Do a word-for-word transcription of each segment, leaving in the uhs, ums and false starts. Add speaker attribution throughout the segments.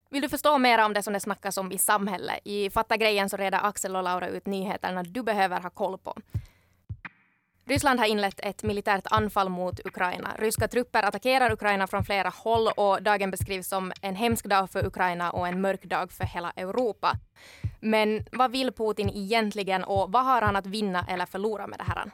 Speaker 1: Vill du förstå mer om det som det snackas om i samhället? I Fatta grejen så reder Axel och Laura ut nyheterna du behöver ha koll på. Ryssland har inlett ett militärt anfall mot Ukraina. Ryska trupper attackerar Ukraina från flera håll och dagen beskrivs som en hemsk dag för Ukraina och en mörk dag för hela Europa. Men vad vill Putin egentligen och vad har han att vinna eller förlora med det här?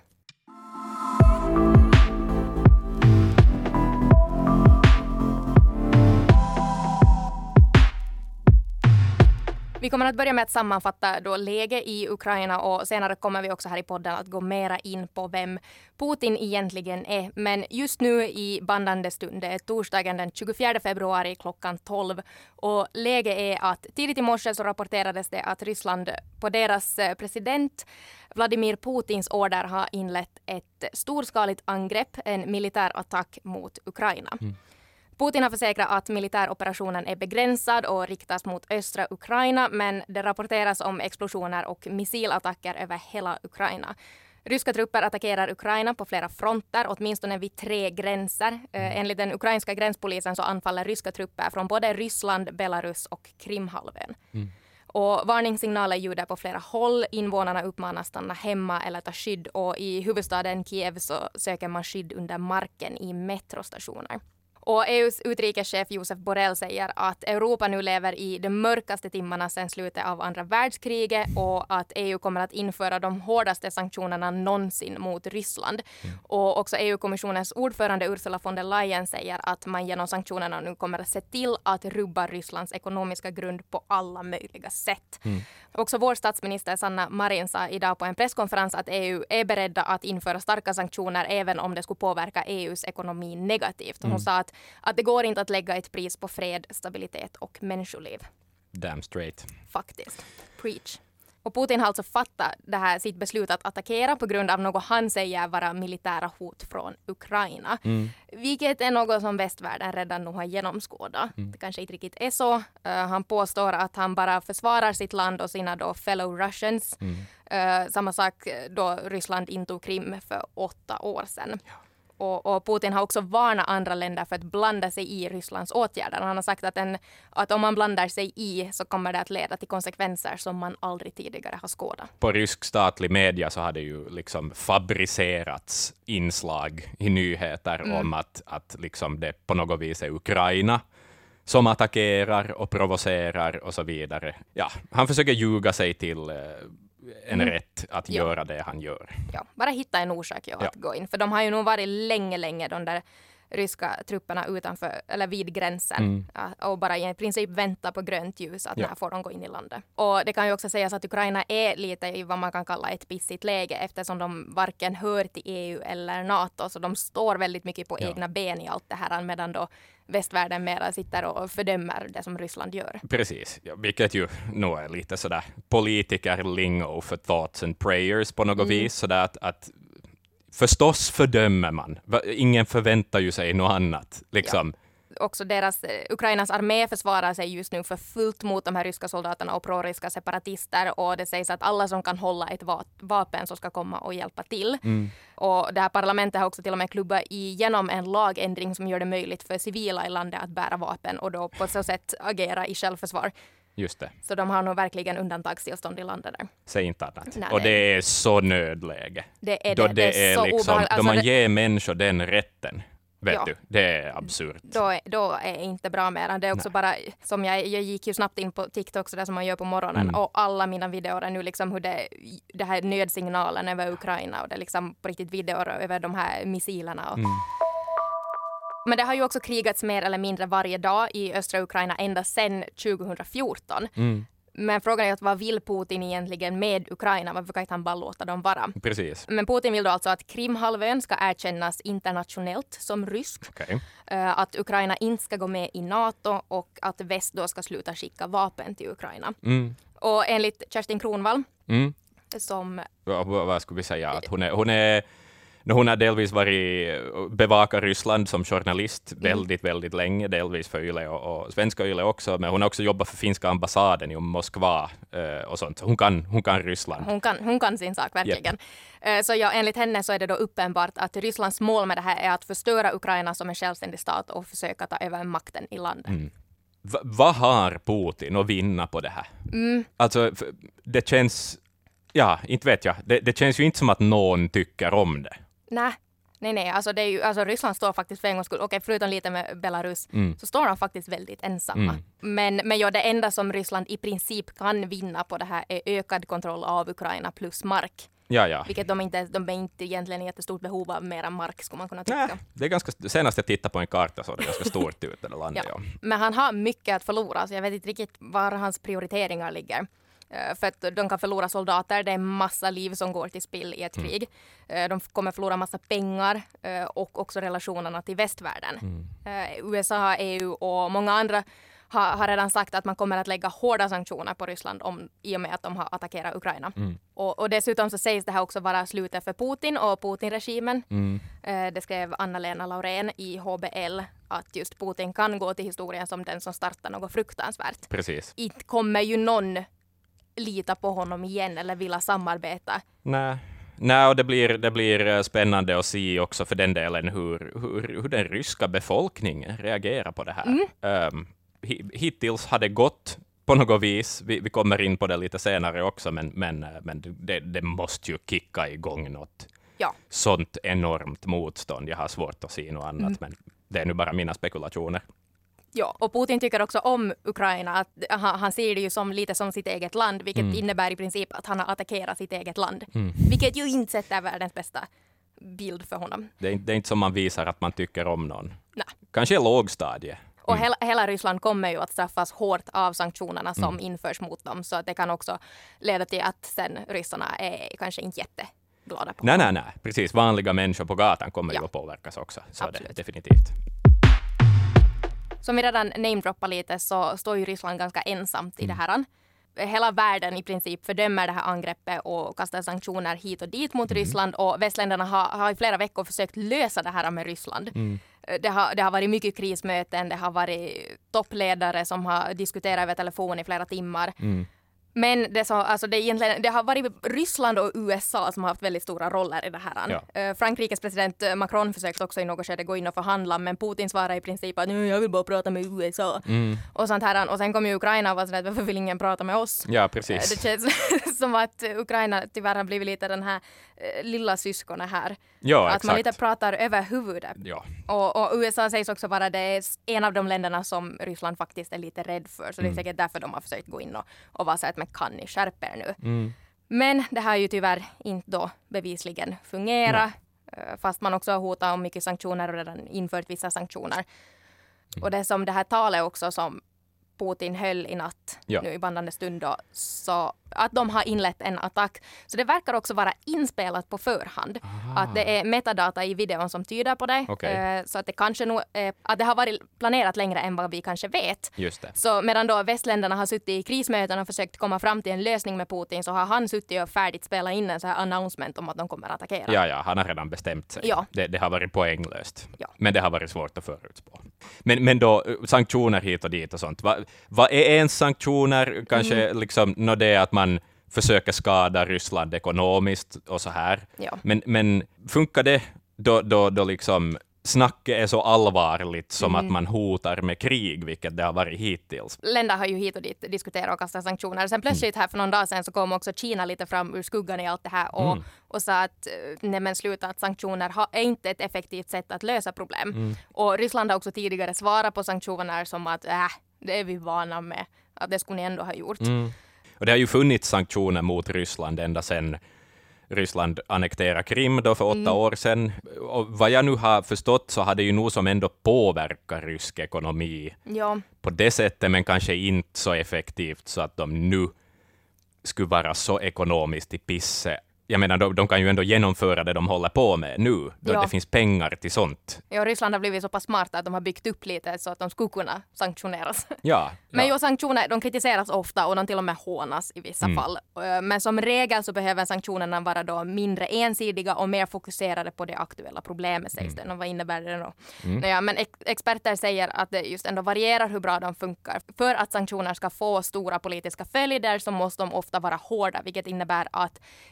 Speaker 1: Vi kommer att börja med att sammanfatta då läge i Ukraina och senare kommer vi också här i podden att gå mera in på vem Putin egentligen är. Men just nu i bandande stund, det är torsdagen den tjugofjärde februari klockan tolv och läge är att tidigt i morse så rapporterades det att Ryssland på deras president Vladimir Putins order har inlett ett storskaligt angrepp, en militär attack mot Ukraina. Mm. Putin har försäkrat att militäroperationen är begränsad och riktas mot östra Ukraina, men det rapporteras om explosioner och missilattacker över hela Ukraina. Ryska trupper attackerar Ukraina på flera fronter, åtminstone vid tre gränser. Eh, enligt den ukrainska gränspolisen så anfaller ryska trupper från både Ryssland, Belarus och Krimhalvön. Mm. Och varningssignaler ljuder på flera håll. Invånarna uppmanas stanna hemma eller ta skydd och i huvudstaden Kiev så söker man skydd under marken i metrostationer. Och E U:s utrikeschef Josef Borrell säger att Europa nu lever i de mörkaste timmarna sedan slutet av andra världskriget och att E U kommer att införa de hårdaste sanktionerna någonsin mot Ryssland. Mm. Och också E U-kommissionens ordförande Ursula von der Leyen säger att man genom sanktionerna nu kommer att se till att rubba Rysslands ekonomiska grund på alla möjliga sätt. Mm. Också vår statsminister Sanna Marin sa idag på en presskonferens att E U är beredda att införa starka sanktioner även om det skulle påverka E U:s ekonomi negativt. Hon mm. sa att Att det går inte att lägga ett pris på fred, stabilitet och människoliv.
Speaker 2: Damn straight.
Speaker 1: Faktiskt. Preach. Och Putin har alltså fattat det här sitt beslut att attackera på grund av något han säger vara militära hot från Ukraina. Mm. Vilket är något som västvärlden redan nu har genomskådat. Mm. Det kanske inte riktigt är så. Uh, han påstår att han bara försvarar sitt land och sina då fellow Russians. Mm. Uh, samma sak då Ryssland intog Krim för åtta år sedan. Ja. Och, och Putin har också varnat andra länder för att blanda sig i Rysslands åtgärder. Han har sagt att, en, att om man blandar sig i så kommer det att leda till konsekvenser som man aldrig tidigare har skådat.
Speaker 2: På rysk statlig media så har det ju liksom fabricerats inslag i nyheter mm. om att, att liksom det på något vis är Ukraina som attackerar och provocerar och så vidare. Ja, han försöker ljuga sig till eh, en mm. rätt att ja. göra det han gör.
Speaker 1: Ja, bara hitta en orsak ja,
Speaker 2: ja.
Speaker 1: att gå in. För de har ju nog varit länge, länge de där ryska trupperna utanför, eller vid gränsen. Mm. Ja, och bara i princip vänta på grönt ljus att ja. när får de gå in i landet. Och det kan ju också sägas att Ukraina är lite i vad man kan kalla ett pissigt läge eftersom de varken hör till E U eller NATO. Så de står väldigt mycket på ja. egna ben i allt det här medan då västvärlden mera sitter och fördömer det som Ryssland gör.
Speaker 2: Precis, ja, vilket ju nog är lite sådär politikerlingo för thoughts and prayers på något mm. vis. Sådär att, att förstås fördömer man. Ingen förväntar ju sig något annat. Liksom.
Speaker 1: Ja. Också deras, Ukrainas armé försvarar sig just nu för fullt mot de här ryska soldaterna och proryska separatister. Och det sägs att alla som kan hålla ett va- vapen så ska komma och hjälpa till. Mm. Och det här parlamentet har också till och med klubbat igenom en lagändring som gör det möjligt för civila i landet att bära vapen och då på så sätt agera i självförsvar.
Speaker 2: Just det.
Speaker 1: Så de har nog verkligen undantagstillstånd i landet där.
Speaker 2: Säg inte annat. Nej, och det är så nödläge.
Speaker 1: Det är det.
Speaker 2: Då
Speaker 1: det är,
Speaker 2: är
Speaker 1: så
Speaker 2: liksom,
Speaker 1: obehagligt.
Speaker 2: Då
Speaker 1: alltså
Speaker 2: man
Speaker 1: det,
Speaker 2: ger människor den rätten. Vet
Speaker 1: ja.
Speaker 2: du, det är absurt.
Speaker 1: Då är, då är inte bra mer. Det är också Nej. bara, som jag, jag gick ju snabbt in på TikTok så där som man gör på morgonen mm. och alla mina videor är nu liksom hur det, det här nödsignalen över Ukraina och det är liksom på riktigt videor över de här missilerna. Och, mm. Men det har ju också krigats mer eller mindre varje dag i östra Ukraina ända sedan tjugohundrafjorton. Mm. Men frågan är att vad vill Putin egentligen med Ukraina? Varför kan inte han bara låta dem vara?
Speaker 2: Precis.
Speaker 1: Men Putin vill då alltså att Krimhalvön ska erkännas internationellt som rysk.
Speaker 2: Okay.
Speaker 1: Att Ukraina inte ska gå med i NATO och att väst då ska sluta skicka vapen till Ukraina. Mm. Och enligt Kerstin Kronvall mm. som...
Speaker 2: Vad, vad skulle vi säga? Att hon är... Hon är... Hon har delvis varit bevakar Ryssland som journalist mm. väldigt, väldigt länge, delvis för Yle och, och svenska Yle också, men hon har också jobbat för finska ambassaden i Moskva eh, och sånt. Hon kan, hon kan Ryssland.
Speaker 1: Hon kan, hon kan sin sak, verkligen. Yep. Eh, så ja, enligt henne så är det då uppenbart att Rysslands mål med det här är att förstöra Ukraina som en självständig stat och försöka ta över makten i landet. Mm.
Speaker 2: v- vad har Putin att vinna på det här?
Speaker 1: Mm.
Speaker 2: Alltså, det känns, ja, inte vet jag, det, det känns ju inte som att någon tycker om det.
Speaker 1: Nej. Nej, nej, alltså, det är ju, alltså Ryssland står faktiskt för en gångs skull, okej, förutom lite med Belarus,
Speaker 2: Mm.
Speaker 1: så står de faktiskt väldigt ensamma.
Speaker 2: Mm.
Speaker 1: Men, men ja, det enda som Ryssland i princip kan vinna på det här är ökad kontroll av Ukraina plus mark.
Speaker 2: Ja, ja.
Speaker 1: Vilket de inte, de är inte egentligen i jättestort behov av mera mark, skulle man kunna tycka.
Speaker 2: Nej, det är ganska, senast jag tittade på en karta så det är ganska stort ut det där landet.
Speaker 1: Ja.
Speaker 2: Ja.
Speaker 1: Men han har mycket att förlora, så jag vet inte riktigt var hans prioriteringar ligger. Uh, för att de kan förlora soldater, det är massa liv som går till spill i ett
Speaker 2: Mm.
Speaker 1: krig. Uh, de kommer förlora massa pengar uh, och också relationerna till västvärlden.
Speaker 2: Mm.
Speaker 1: Uh, U S A, E U och många andra har, har redan sagt att man kommer att lägga hårda sanktioner på Ryssland om, i och med att de har attackerat Ukraina.
Speaker 2: Mm.
Speaker 1: Och, och dessutom så sägs det här också vara slutet för Putin och Putin-regimen.
Speaker 2: Mm.
Speaker 1: Uh, det skrev Anna-Lena Laurén i H B L att just Putin kan gå till historien som den som startar något fruktansvärt.
Speaker 2: Precis.
Speaker 1: Inte kommer ju någon lita på honom igen eller vilja samarbeta.
Speaker 2: Nej. Nej, och det blir, det blir spännande att se också för den delen hur, hur, hur den ryska befolkningen reagerar på det här. Mm. Um, hittills har det gått på något vis. Vi, vi kommer in på det lite senare också, men, men, men det, det måste ju kicka igång något
Speaker 1: Ja.
Speaker 2: sånt enormt motstånd. Jag har svårt att se något annat, mm. men det är nu bara mina spekulationer.
Speaker 1: Ja, och Putin tycker också om Ukraina. Att han, han ser det ju som, lite som sitt eget land, vilket mm. innebär i princip att han har attackerat sitt eget land. Mm. Vilket ju inte sätter världens bästa bild för honom.
Speaker 2: Det är, det är inte som man visar att man tycker om någon.
Speaker 1: Nej.
Speaker 2: Kanske lågstadie. Mm.
Speaker 1: Och hela, hela Ryssland kommer ju att straffas hårt av sanktionerna som mm. införs mot dem. Så att det kan också leda till att sen ryssarna är kanske inte jätteglada på
Speaker 2: Nej, nej, nej. Precis. Vanliga människor på gatan kommer ja. ju att påverkas också. Så
Speaker 1: Absolut.
Speaker 2: det definitivt.
Speaker 1: Som vi redan namedroppar lite så står ju Ryssland ganska ensamt i mm. det här. Hela världen i princip fördömer det här angreppet och kastar sanktioner hit och dit mot mm. Ryssland. Och västländerna har, har i flera veckor försökt lösa det här med Ryssland. Mm. Det, har, det har varit mycket krismöten, det har varit toppledare som har diskuterat över telefon i flera timmar. Mm. Men det, så, alltså det, egentligen, det har varit Ryssland och U S A som har haft väldigt stora roller i det här. Ja. Uh, Frankrikes president Macron försökte också i något skede gå in och förhandla, men Putin svarade i princip att jag vill bara prata med U S A. Mm. Och sånt här. Och sen kom ju Ukraina och var sådär, varför vill ingen prata med oss?
Speaker 2: Ja, precis.
Speaker 1: Uh, det känns som att Ukraina tyvärr har blivit lite den här uh, lilla syskonen här.
Speaker 2: Ja,
Speaker 1: att
Speaker 2: exakt.
Speaker 1: man lite pratar över huvudet.
Speaker 2: Ja.
Speaker 1: Och, och U S A sägs också vara det en av de länderna som Ryssland faktiskt är lite rädd för. Så mm. det är säkert därför de har försökt gå in och, och vara så att man kan ni skärpa er nu. Mm. Men det har ju tyvärr inte då bevisligen fungerat. Mm. Fast man också har hotat om mycket sanktioner och redan infört vissa sanktioner. Mm. Och det är som det här talet också som Putin höll i natt, ja. nu i bandande stund då, så att de har inlett en attack. Så det verkar också vara inspelat på förhand. Aha. Att det är metadata i videon som tyder på det. Okay. Så att det kanske nog, att det har varit planerat längre än vad vi kanske vet.
Speaker 2: Just det.
Speaker 1: Så medan då västländerna har suttit i krismöten och försökt komma fram till en lösning med Putin, så har han suttit och färdigt spelat in en så här announcement om att de kommer att attackera.
Speaker 2: Ja, ja, han har redan bestämt sig.
Speaker 1: Ja.
Speaker 2: Det, det har varit poänglöst.
Speaker 1: Ja.
Speaker 2: Men det har varit svårt att förutspå. Men, men då, sanktioner hit och dit och sånt. Vad va är ens sanktioner? Kanske mm. liksom, no, det är att man försöker skada Ryssland ekonomiskt och så här.
Speaker 1: Ja.
Speaker 2: Men, men funkar det då, då, då liksom snacket är så allvarligt som mm. att man hotar med krig, vilket det har varit hittills?
Speaker 1: Länder har ju hit och dit diskuterat och kastat sanktioner. Sen plötsligt här för någon dag sedan så kom också Kina lite fram ur skuggan i allt det här och, mm. och sa att nej men sluta, att sanktioner har, är inte ett effektivt sätt att lösa problem. Mm. Och Ryssland har också tidigare svarat på sanktioner som att äh, det är vi vana med. Att det skulle ni ändå ha gjort.
Speaker 2: Mm. Och det har ju funnits sanktioner mot Ryssland ända sedan Ryssland annekterade Krim då för åtta mm. år sedan. Och vad jag nu har förstått så har det ju nog som ändå påverkat rysk ekonomi
Speaker 1: ja.
Speaker 2: på det sättet, men kanske inte så effektivt så att de nu skulle vara så ekonomiskt i pisse. Jag menar, de, de kan ju ändå genomföra det de håller på med nu, då ja. det finns pengar till sånt.
Speaker 1: Ja, Ryssland har blivit så pass smarta att de har byggt upp lite så att de skulle kunna sanktioneras.
Speaker 2: Ja,
Speaker 1: men
Speaker 2: ja.
Speaker 1: ju sanktioner, de kritiseras ofta och de till och med hånas i vissa mm. fall. Men som regel så behöver sanktionerna vara då mindre ensidiga och mer fokuserade på det aktuella problemet, sägs mm. det. Och vad innebär det då? Mm. Ja, men ex- experter säger att det just ändå varierar hur bra de funkar. För att sanktioner ska få stora politiska följder så måste de ofta vara hårda, vilket innebär att i princip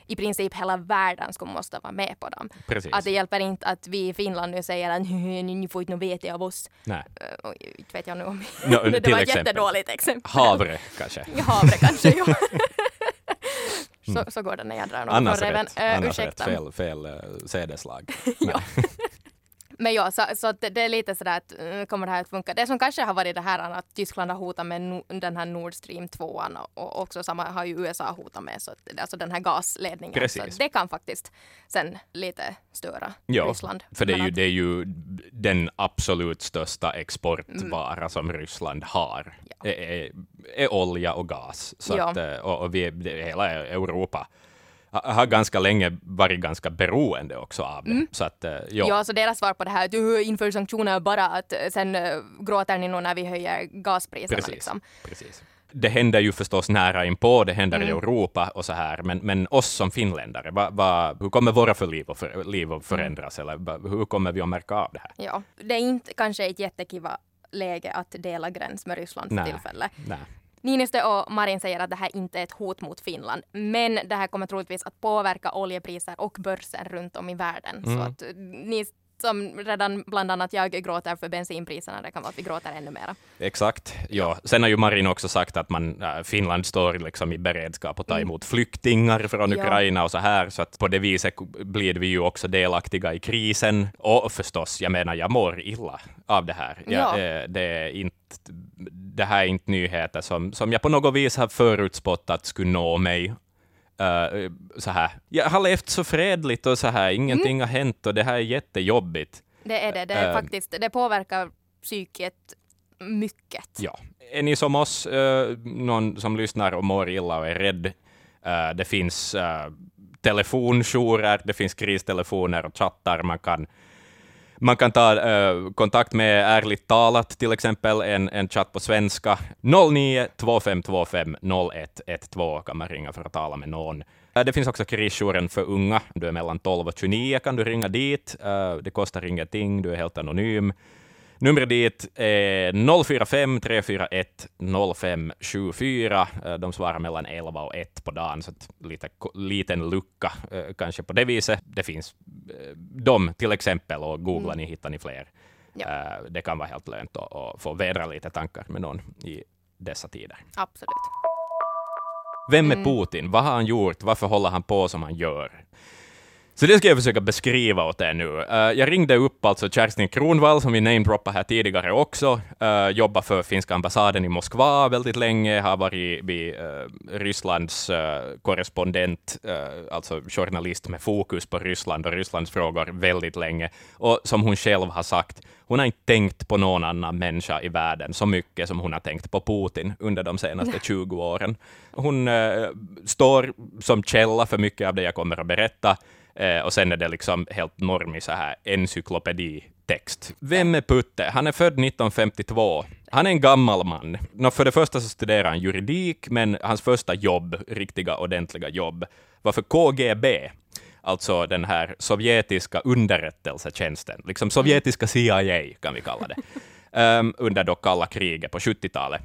Speaker 1: typ hela världen skulle måste vara med på dem.
Speaker 2: Precis.
Speaker 1: Att det hjälper inte att vi i Finland nu säger att ni får inte något vete av oss.
Speaker 2: Nej.
Speaker 1: Uh, inte vet jag nu om
Speaker 2: no,
Speaker 1: det
Speaker 2: till
Speaker 1: var ett
Speaker 2: exempel.
Speaker 1: jättedåligt exempel.
Speaker 2: Havre kanske.
Speaker 1: Havre kanske, ja. så, så går det när jag drar något
Speaker 2: Annars
Speaker 1: från reven.
Speaker 2: rätt,
Speaker 1: Uh,
Speaker 2: annars
Speaker 1: ursäkta.
Speaker 2: rätt fel, fel uh, sädeslag.
Speaker 1: ja. Men ja, så, så det, det är lite sådär att uh, kommer det här att funka. Det som kanske har varit det här att Tyskland har hotat med no, den här Nord Stream två och också samma har ju U S A hotat med, så att, alltså den här gasledningen.
Speaker 2: Precis.
Speaker 1: Så det kan faktiskt sen lite störa
Speaker 2: ja,
Speaker 1: Ryssland.
Speaker 2: för det är,
Speaker 1: Men
Speaker 2: ju,
Speaker 1: att,
Speaker 2: det är ju den absolut största exportvara
Speaker 1: Mm.
Speaker 2: som Ryssland har.
Speaker 1: Ja.
Speaker 2: Är, är, är olja och gas. Så
Speaker 1: Ja.
Speaker 2: att, och, och vi, det, hela Europa har ganska länge varit ganska beroende också av det.
Speaker 1: Mm.
Speaker 2: Så att, ja.
Speaker 1: Ja, så deras svar på det här att uh, inför sanktioner bara att uh, sen uh, gråter ni nog när vi höjer gaspriserna.
Speaker 2: Precis.
Speaker 1: Liksom.
Speaker 2: Precis. Det händer ju förstås nära inpå, det händer
Speaker 1: Mm.
Speaker 2: i Europa och så här, men, men oss som finländare, va, va, hur kommer våra för liv, att för, liv att förändras, eller va, hur kommer vi att märka av det här?
Speaker 1: Ja, det är inte kanske ett jättekiva läge att dela gräns med Ryssland för
Speaker 2: Nej.
Speaker 1: tillfället.
Speaker 2: Nej.
Speaker 1: Niinistö och Marin säger att det här inte är ett hot mot Finland, men det här kommer troligtvis att påverka oljepriser och börsen runt om i världen.
Speaker 2: Mm.
Speaker 1: Så att ni som redan bland annat jag gråter för bensinpriserna, det kan vara att vi gråter ännu mera.
Speaker 2: Exakt. Ja. Sen har ju Marin också sagt att man, äh, Finland står liksom i beredskap att ta emot flyktingar från
Speaker 1: Ja.
Speaker 2: Ukraina och så här, så att på det viset blir vi ju också delaktiga i krisen. Och förstås, jag menar, jag mår illa av det här. Jag,
Speaker 1: Ja.
Speaker 2: äh, det, är inte, det här är inte nyheter som, som jag på något vis har förutspått att skulle nå mig. Uh, så här. Jag har levt så fredligt och så här, ingenting
Speaker 1: Mm.
Speaker 2: har hänt och det här är jättejobbigt.
Speaker 1: Det är det, det är
Speaker 2: Äh,
Speaker 1: faktiskt, det påverkar psyket mycket.
Speaker 2: Ja. Är ni som oss, uh, någon som lyssnar och mår illa och är rädd? Uh, det finns uh, telefonjourer, det finns kristelefoner och chattar. Man kan, man kan ta uh, kontakt med Ärligt talat, till exempel, en, en chatt på svenska. noll nio två fem två fem noll ett ett två kan man ringa för att tala med någon. Uh, det finns också krisjouren för unga. Du är mellan tolv och tjugonio, kan du ringa dit. Uh, det kostar ingenting, du är helt anonym. Numret dit är noll fyra fem tre fyra ett noll fem sju fyra. De svarar mellan elva och ett på dagen, så att lite liten lucka kanske på det viset. Det finns de till exempel, och googla, ni hittar ni fler.
Speaker 1: Ja.
Speaker 2: Det kan vara helt lönt att, att få vädra lite tankar med någon i dessa tider.
Speaker 1: Absolut.
Speaker 2: Vem är
Speaker 1: Mm.
Speaker 2: Putin? Vad har han gjort? Varför håller han på som han gör? Så det ska jag försöka beskriva åt er nu. Uh, jag ringde upp alltså Kerstin Kronvall, som vi namedroppade här tidigare också. Uh, jobbar för finska ambassaden i Moskva väldigt länge. Har varit vid, uh, Rysslands uh, korrespondent, uh, alltså journalist med fokus på Ryssland och Rysslands frågor väldigt länge. Och som hon själv har sagt, hon har inte tänkt på någon annan människa i världen så mycket som hon har tänkt på Putin under de senaste tjugo åren. Hon uh, står som källa för mycket av det jag kommer att berätta. Eh, och sen är det liksom helt normig så här encyklopeditext. Vem är Putte? Han är född nitton femtiotvå. Han är en gammal man. Nå, för det första så studerar han juridik, men hans första jobb, riktiga ordentliga jobb, var för K G B. Alltså den här sovjetiska underrättelsetjänsten. Liksom sovjetiska C I A kan vi kalla det. um, under då kalla kriget på sjuttiotalet.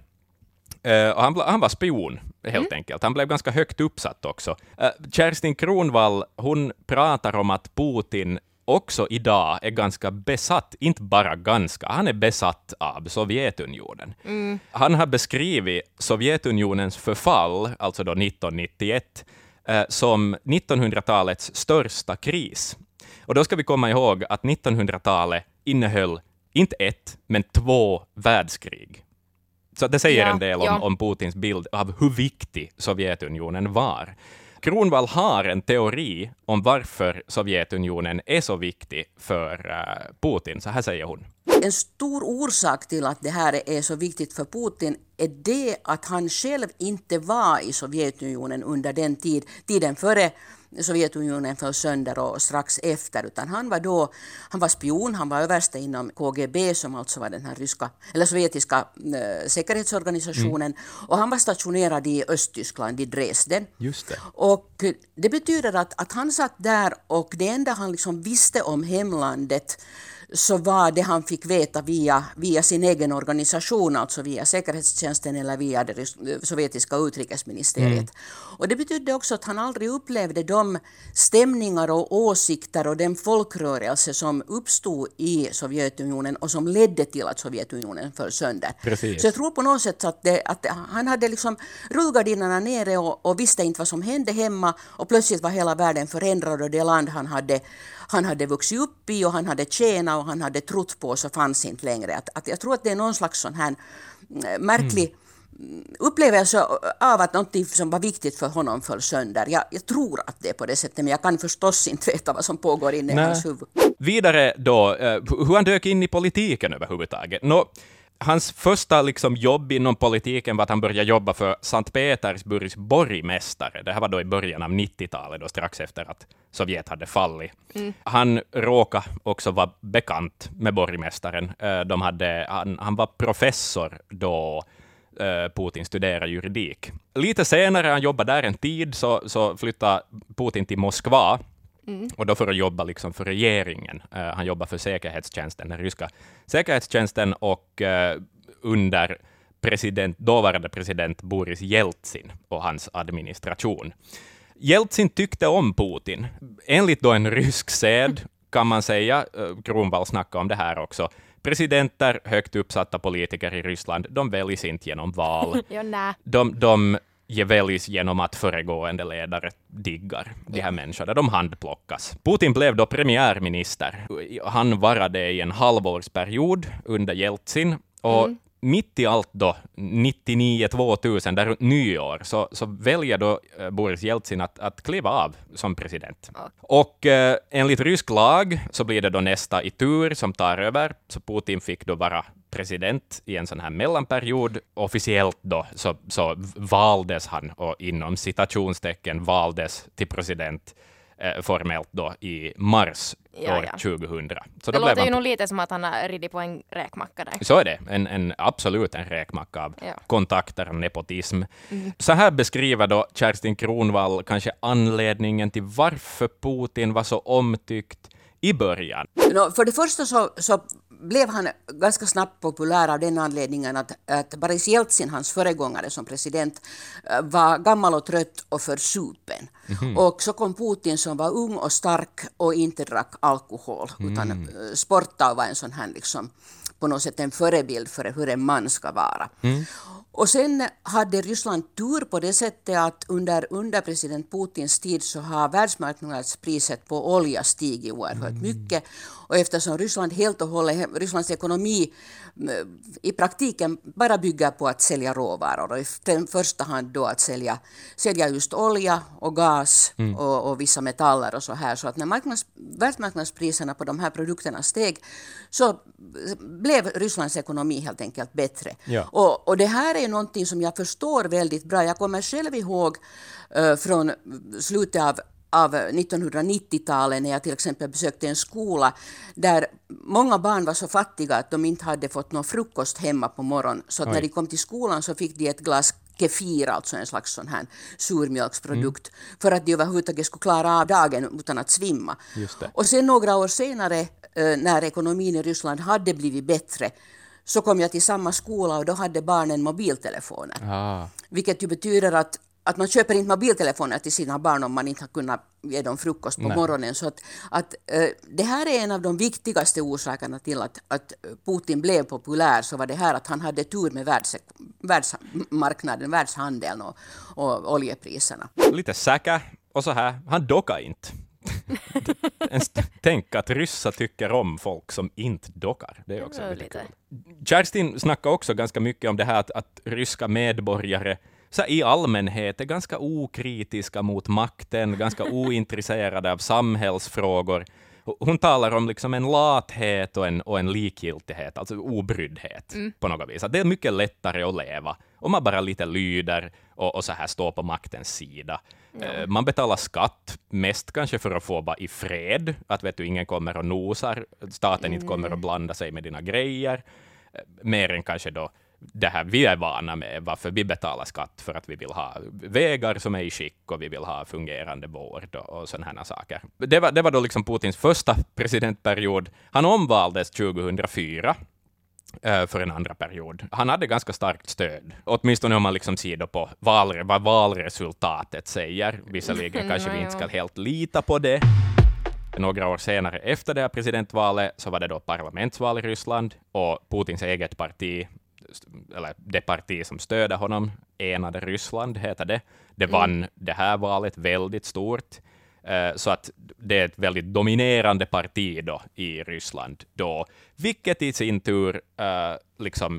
Speaker 2: Uh, och han, han var spion, helt mm. enkelt. Han blev ganska högt uppsatt också. Uh, Kerstin Kronvall, hon pratar om att Putin också idag är ganska besatt, inte bara ganska, han är besatt av Sovjetunionen. Mm. Han har beskrivit Sovjetunionens förfall, alltså då nitton nittioett, uh, som nittonhundratalets största kris. Och då ska vi komma ihåg att nittonhundratalet innehöll inte ett, men två världskrig. Så det säger
Speaker 1: ja,
Speaker 2: en del om,
Speaker 1: ja.
Speaker 2: om Putins bild av hur viktig Sovjetunionen var. Kronvall har en teori om varför Sovjetunionen är så viktig för uh, Putin. Så här säger hon.
Speaker 3: En stor orsak till att det här är så viktigt för Putin är det att han själv inte var i Sovjetunionen under den tid, tiden före Sovjetunionen föll sönder och strax efter, utan han var då, han var spion, han var överste inom K G B, som alltså var den här ryska, eller sovjetiska äh, säkerhetsorganisationen, mm. och han var stationerad i Östtyskland, i Dresden.
Speaker 2: Just det.
Speaker 3: Och det betyder att, att han satt där, och det enda han liksom visste om hemlandet så var det han fick veta via, via sin egen organisation, alltså via säkerhetstjänsten eller via det sovjetiska utrikesministeriet. Mm. Och det betydde också att han aldrig upplevde de stämningar och åsikter och den folkrörelse som uppstod i Sovjetunionen och som ledde till att Sovjetunionen föll sönder.
Speaker 2: Precis.
Speaker 3: Så jag tror på något sätt att, det, att han hade liksom rullgardinerna nere och, och visste inte vad som hände hemma, och plötsligt var hela världen förändrad och det land han hade han hade vuxit upp i och han hade tjänat och han hade trott på så fanns inte längre. Att, att jag tror att det är någon slags sån här märklig mm. upplevelse av att något som var viktigt för honom föll sönder. Jag, jag tror att det är på det sättet, men jag kan förstås inte veta vad som pågår inne i hans huvud.
Speaker 2: Vidare då, hur han dök in i politiken överhuvudtaget. Nå, hans första liksom jobb inom politiken var att han började jobba för Sankt Petersburgs borgmästare. Det här var då i början av nittiotalet, då strax efter att Sovjet hade fallit. Mm. Han råkade också vara bekant med borgmästaren. De hade, han, han var professor då Putin studerade juridik. Lite senare, han jobbade där en tid, så, så flyttade Putin till Moskva. Mm. Och då för att jobba liksom för regeringen. Uh, han jobbar för säkerhetstjänsten, den ryska säkerhetstjänsten, och uh, under president, dåvarande president Boris Jeltsin och hans administration. Jeltsin tyckte om Putin. Enligt då en rysk sed kan man säga, uh, Kronwall snackade om det här också, presidenter, högt uppsatta politiker i Ryssland, de väljs inte genom val.
Speaker 1: jo, nej.
Speaker 2: De, de väljs genom att föregående ledare diggar de här människorna. De handplockas. Putin blev då premiärminister. Han varade i en halvårsperiod under Jeltsin. Och mm. mitt i allt då, nittionio tvåtusen, där runt nyår, så, så väljer då Boris Jeltsin att, att kliva av som president. Mm. Och eh, enligt rysk lag så blir det då nästa i tur som tar över. Så Putin fick då vara president i en sån här mellanperiod. Officiellt då så, så valdes han, och inom citationstecken valdes till president eh, formellt då i mars ja, år ja. tjugohundra. Så
Speaker 1: det
Speaker 2: då
Speaker 1: låter
Speaker 2: blev
Speaker 1: ju
Speaker 2: han...
Speaker 1: nog lite som att han har ridit på en räkmacka där.
Speaker 2: Så är det. En, en, absolut en räkmacka av ja. kontakter och nepotism.
Speaker 1: Mm.
Speaker 2: Så här beskriver då Kerstin Kronwall kanske anledningen till varför Putin var så omtyckt i början.
Speaker 3: No, för det första så, så blev han ganska snabbt populär av den anledningen att, att Boris Jeltsin, hans föregångare som president, var gammal och trött och försupen. Mm. Och så kom Putin som var ung och stark och inte drack alkohol, mm. utan sportade var en sån här liksom, på något sätt en förebild för hur en man ska vara. Mm. Och sen hade Ryssland tur på det sättet att under, under president Putins tid så har världsmarknadspriset på olja stigit oerhört mm. mycket. Och eftersom Ryssland helt och hållet, Rysslands ekonomi i praktiken bara bygger på att sälja råvaror, och i första hand då att sälja, sälja just olja och gas mm. och, och vissa metaller och så här. Så att när marknads, världsmarknadspriserna på de här produkterna steg så blev Rysslands ekonomi helt enkelt bättre. Ja. Och, och det här är någonting som jag förstår väldigt bra. Jag kommer själv ihåg uh, från slutet av av nittonhundranittiotalet när jag till exempel besökte en skola där många barn var så fattiga att de inte hade fått någon frukost hemma på morgonen. Så att när de kom till skolan så fick de ett glas kefir, alltså en slags sån här surmjölksprodukt, mm. för att de överhuvudtaget skulle klara av dagen utan att svimma.
Speaker 2: Just det.
Speaker 3: Och sen några år senare när ekonomin i Ryssland hade blivit bättre så kom jag till samma skola och då hade barnen mobiltelefoner. Ah. Vilket ju betyder att Att man köper inte mobiltelefoner till sina barn om man inte har kunnat ge dem frukost på Nej. morgonen. Så att, att, uh, det här är en av de viktigaste orsakerna till att, att Putin blev populär. Så var det här att han hade tur med världs, världsmarknaden, världshandeln och, och oljepriserna.
Speaker 2: Lite säker och så här, han dockar inte. Tänk att ryssar tycker om folk som inte dockar. Det är också det väldigt kul. Kerstin snackar också ganska mycket om det här att, att ryska medborgare så i allmänhet är ganska okritiska mot makten, ganska ointresserade av samhällsfrågor. Hon talar om liksom en lathet och en, och en likgiltighet, alltså obryddhet mm. på något vis. Att det är mycket lättare att leva om man bara lite lyder och, och så här står på maktens sida. Ja. Man betalar skatt, mest kanske för att få vara i fred, att vet du, ingen kommer och nosar, staten mm. inte kommer att blanda sig med dina grejer, mer än kanske då det här vi är vana med, varför vi betalar skatt, för att vi vill ha vägar som är i skick och vi vill ha fungerande vård och, och sådana här saker. Det var, det var då liksom Putins första presidentperiod. Han omvaldes tjugohundrafyra uh, för en andra period. Han hade ganska starkt stöd, åtminstone om man liksom ser då på val, vad valresultatet säger. Visserligen kanske vi inte ska helt lita på det. Några år senare efter det här presidentvalet så var det då parlamentsval i Ryssland och Putins eget parti, eller det parti som stöder honom, Enade Ryssland heter det, det vann mm. det här valet väldigt stort. Uh, så att det är ett väldigt dominerande parti då i Ryssland, då, vilket i sin tur uh, liksom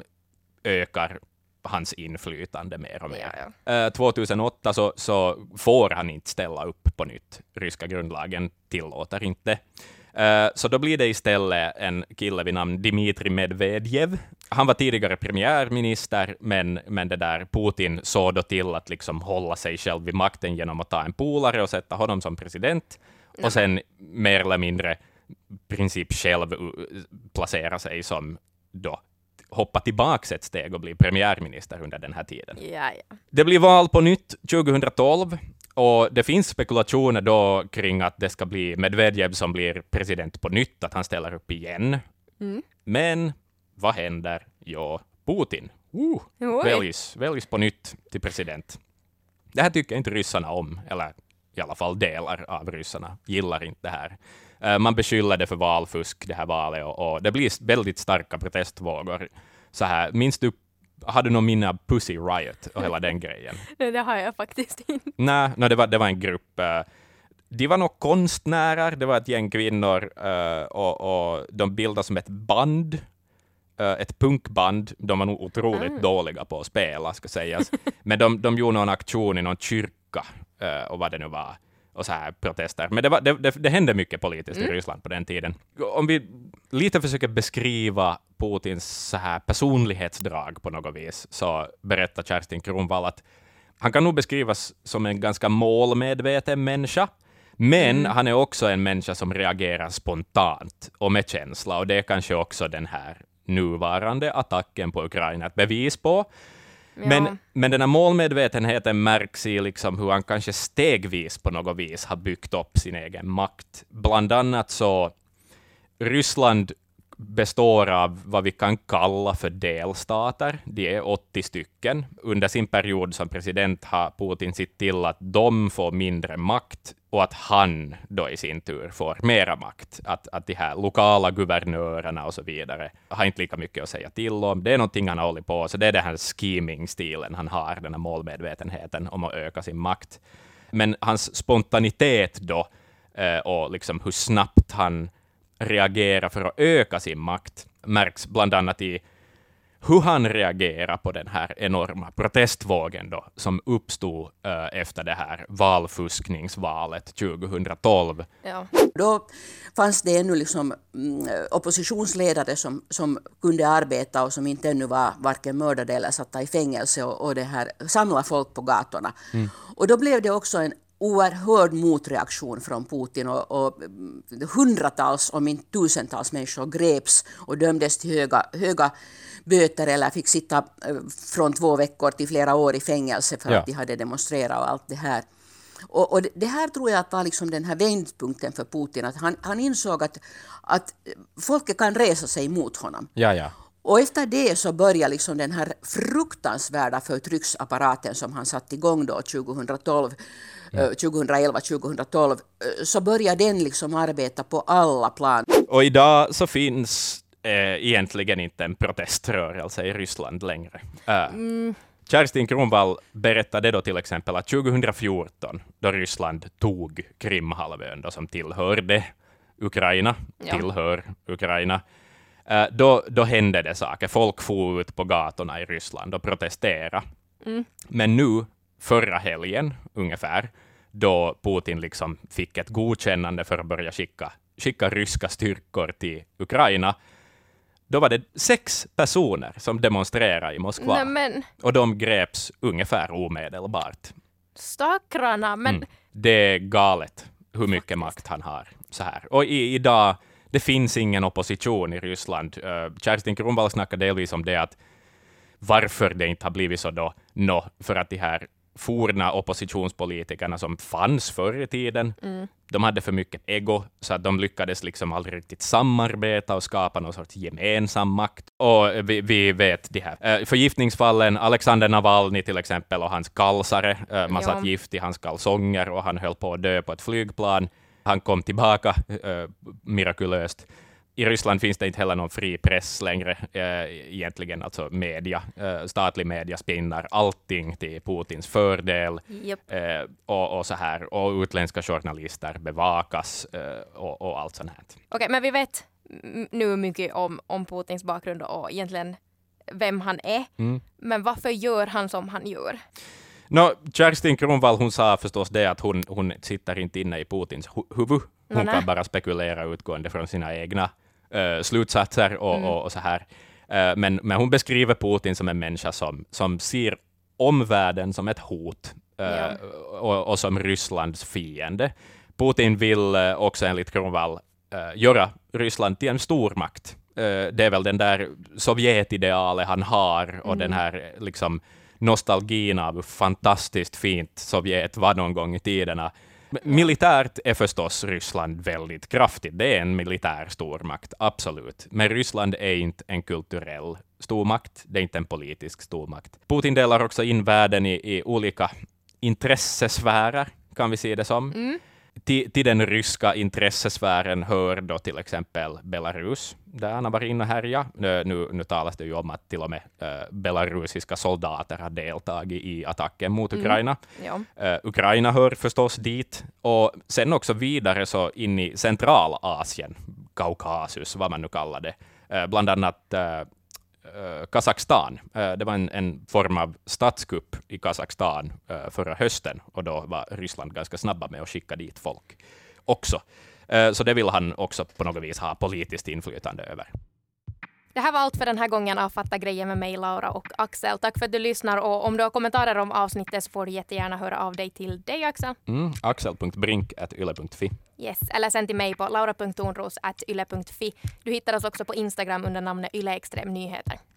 Speaker 2: ökar hans inflytande mer och mer. Ja, ja. Uh, tjugohundraåtta så, så får han inte ställa upp på nytt. Ryska grundlagen tillåter inte. Uh, så då blir det istället en kille vid namn Dmitrij Medvedev. Han var tidigare premiärminister, men, men det där Putin såg då till att liksom hålla sig själv vid makten genom att ta en polare och sätta honom som president. Ja. Och sen mer eller mindre princip själv placera sig som då hoppa tillbaka ett steg och bli premiärminister under den här tiden.
Speaker 1: Ja, ja.
Speaker 2: Det blir val på nytt tjugohundratolv och det finns spekulationer då kring att det ska bli Medvedev som blir president på nytt, att han ställer upp igen. Mm. Men vad händer? Ja, Putin uh, väljs, väljs på nytt till president. Det här tycker inte ryssarna om, eller i alla fall delar av ryssarna gillar inte det här. Man beskyller det för valfusk, det här valet, och, och det blir väldigt starka protestvågor. Så här, minns du, har du någon minne av Pussy Riot och hela den grejen?
Speaker 1: Nej, det har jag faktiskt inte.
Speaker 2: Nej, no, det, var, det var en grupp, uh, de var nog konstnärer, det var ett gäng kvinnor uh, och, och de bildade som ett band, uh, ett punkband. De var nog otroligt mm. dåliga på att spela, ska sägas. Men de, de gjorde någon aktion i någon kyrka uh, och vad det nu var. Och så här protester. Men det, var, det, det, det hände mycket politiskt mm. i Ryssland på den tiden. Om vi lite försöker beskriva Putins så här personlighetsdrag på något vis, så berättar Kerstin Kronvall att han kan nog beskrivas som en ganska målmedveten människa, men mm. han är också en människa som reagerar spontant och med känsla, och det är kanske också den här nuvarande attacken på Ukraina ett bevis på. Ja. Men, men den här målmedvetenheten märks i liksom hur han kanske stegvis på något vis har byggt upp sin egen makt. Bland annat så Ryssland består av vad vi kan kalla för delstater. De är åttio stycken. Under sin period som president har Putin sett till att de får mindre makt och att han då i sin tur får mera makt. Att, att de här lokala guvernörerna och så vidare har inte lika mycket att säga till om. Det är någonting han har hållit på, så det är den här scheming-stilen han har, den här målmedvetenheten om att öka sin makt. Men hans spontanitet då och liksom hur snabbt han reagera för att öka sin makt märks bland annat i hur han reagerar på den här enorma protestvågen då, som uppstod uh, efter det här valfuskningsvalet tjugohundratolv.
Speaker 3: Ja. Då fanns det ännu liksom, mm, oppositionsledare som, som kunde arbeta och som inte ännu var varken mördade eller satta i fängelse och, och det här, samla folk på gatorna. Mm. Och då blev det också en oerhörd motreaktion från Putin och, och hundratals, om inte tusentals människor greps och dömdes till höga, höga böter eller fick sitta från två veckor till flera år i fängelse för ja. att de hade demonstrerat och allt det här. Och, och det här tror jag att var liksom den här vändpunkten för Putin, att han, han insåg att, att folket kan resa sig mot honom.
Speaker 2: Ja, ja.
Speaker 3: Och efter det så börjar liksom den här fruktansvärda förtrycksapparaten som han satt igång då tjugohundratolv, ja. tjugohundraelva tjugohundratolv, så börjar den liksom arbeta på alla plan.
Speaker 2: Och idag så finns eh, egentligen inte en proteströrelse i Ryssland längre. Äh. Mm. Kerstin Kronvall berättade då till exempel att tjugohundrafjorton, då Ryssland tog Krimhalvön då, som tillhörde Ukraina, ja. tillhör Ukraina, Uh, då, då hände det saker. Folk får ut på gatorna i Ryssland och protestera. Mm. Men nu, förra helgen ungefär, då Putin liksom fick ett godkännande för att börja skicka, skicka ryska styrkor till Ukraina, då var det sex personer som demonstrerade i Moskva.
Speaker 1: Nej, men...
Speaker 2: Och de greps ungefär omedelbart.
Speaker 1: Stackarna, men... Mm.
Speaker 2: Det är galet hur mycket Faktiskt. makt han har. Så här. Och i, idag... Det finns ingen opposition i Ryssland. Uh, Kerstin Kronvall snackade delvis om det att varför det inte har blivit så då. Nå, för att de här forna oppositionspolitikerna som fanns förr i tiden, mm. de hade för mycket ego, så att de lyckades liksom aldrig riktigt samarbeta och skapa någon sorts gemensam makt. Och vi, vi vet de här eh, förgiftningsfallen, Alexander Navalny till exempel och hans kalsare, eh, man satt gift i hans kalsonger och han höll på att dö på ett flygplan. Han kom tillbaka eh, mirakulöst. I Ryssland finns det inte heller någon fri press längre, eh, egentligen. Alltså media, eh, statlig media spinnar allting till Putins fördel.
Speaker 1: Yep.
Speaker 2: Eh, och, och så här. Och utländska journalister bevakas eh, och, och allt sånt här.
Speaker 1: Okej, okay, men vi vet nu mycket om, om Putins bakgrund och egentligen vem han är. Mm. Men varför gör han som han gör?
Speaker 2: No, Kerstin Kronvall, hon sa förstås det att hon, hon sitter inte inne i Putins hu- huvud. Hon no, kan bara spekulera utgående från sina egna Uh, slutsatser och, mm. och, och så här. Uh, men, men hon beskriver Putin som en människa som, som ser omvärlden som ett hot uh, ja. och, och som Rysslands fiende. Putin vill uh, också enligt Kronvall uh, göra Ryssland till en stormakt. Uh, det är väl den där Sovjetidealet han har och mm. den här liksom, nostalgin av fantastiskt fint Sovjet var någon gång i tiderna. Militärt är förstås Ryssland väldigt kraftigt. Det är en militär stormakt, absolut. Men Ryssland är inte en kulturell stormakt. Det är inte en politisk stormakt. Putin delar också in världen i, i olika intressesfärer, kan vi se det som. Mm. Till, till den ryska intressesfären hör då till exempel Belarus, där han har varit inne och härjat. Nu, nu talas det ju om att till och med uh, belarusiska soldater har deltagit i attacken mot Ukraina. Mm. Ja. Uh, Ukraina hör förstås dit. Och sen också vidare så in i Centralasien, Kaukasus, vad man nu kallar det. Uh, bland annat uh, Uh, Kazakstan. Uh, det var en, en form av statskupp i Kazakstan uh, förra hösten och då var Ryssland ganska snabba med att skicka dit folk också. Uh, så det vill han också på något vis ha politiskt inflytande över.
Speaker 1: Det här var allt för den här gången av Fatta grejer med mig, Laura och Axel. Tack för att du lyssnar och om du har kommentarer om avsnittet så får du jättegärna höra av dig till dig, Axel.
Speaker 2: Mm, axel punkt brink at yle punkt fi.
Speaker 1: Yes, eller sen till mig på laura punkt tornros at yle punkt fi. Du hittar oss också på Instagram under namnet Yle Extrem Nyheter.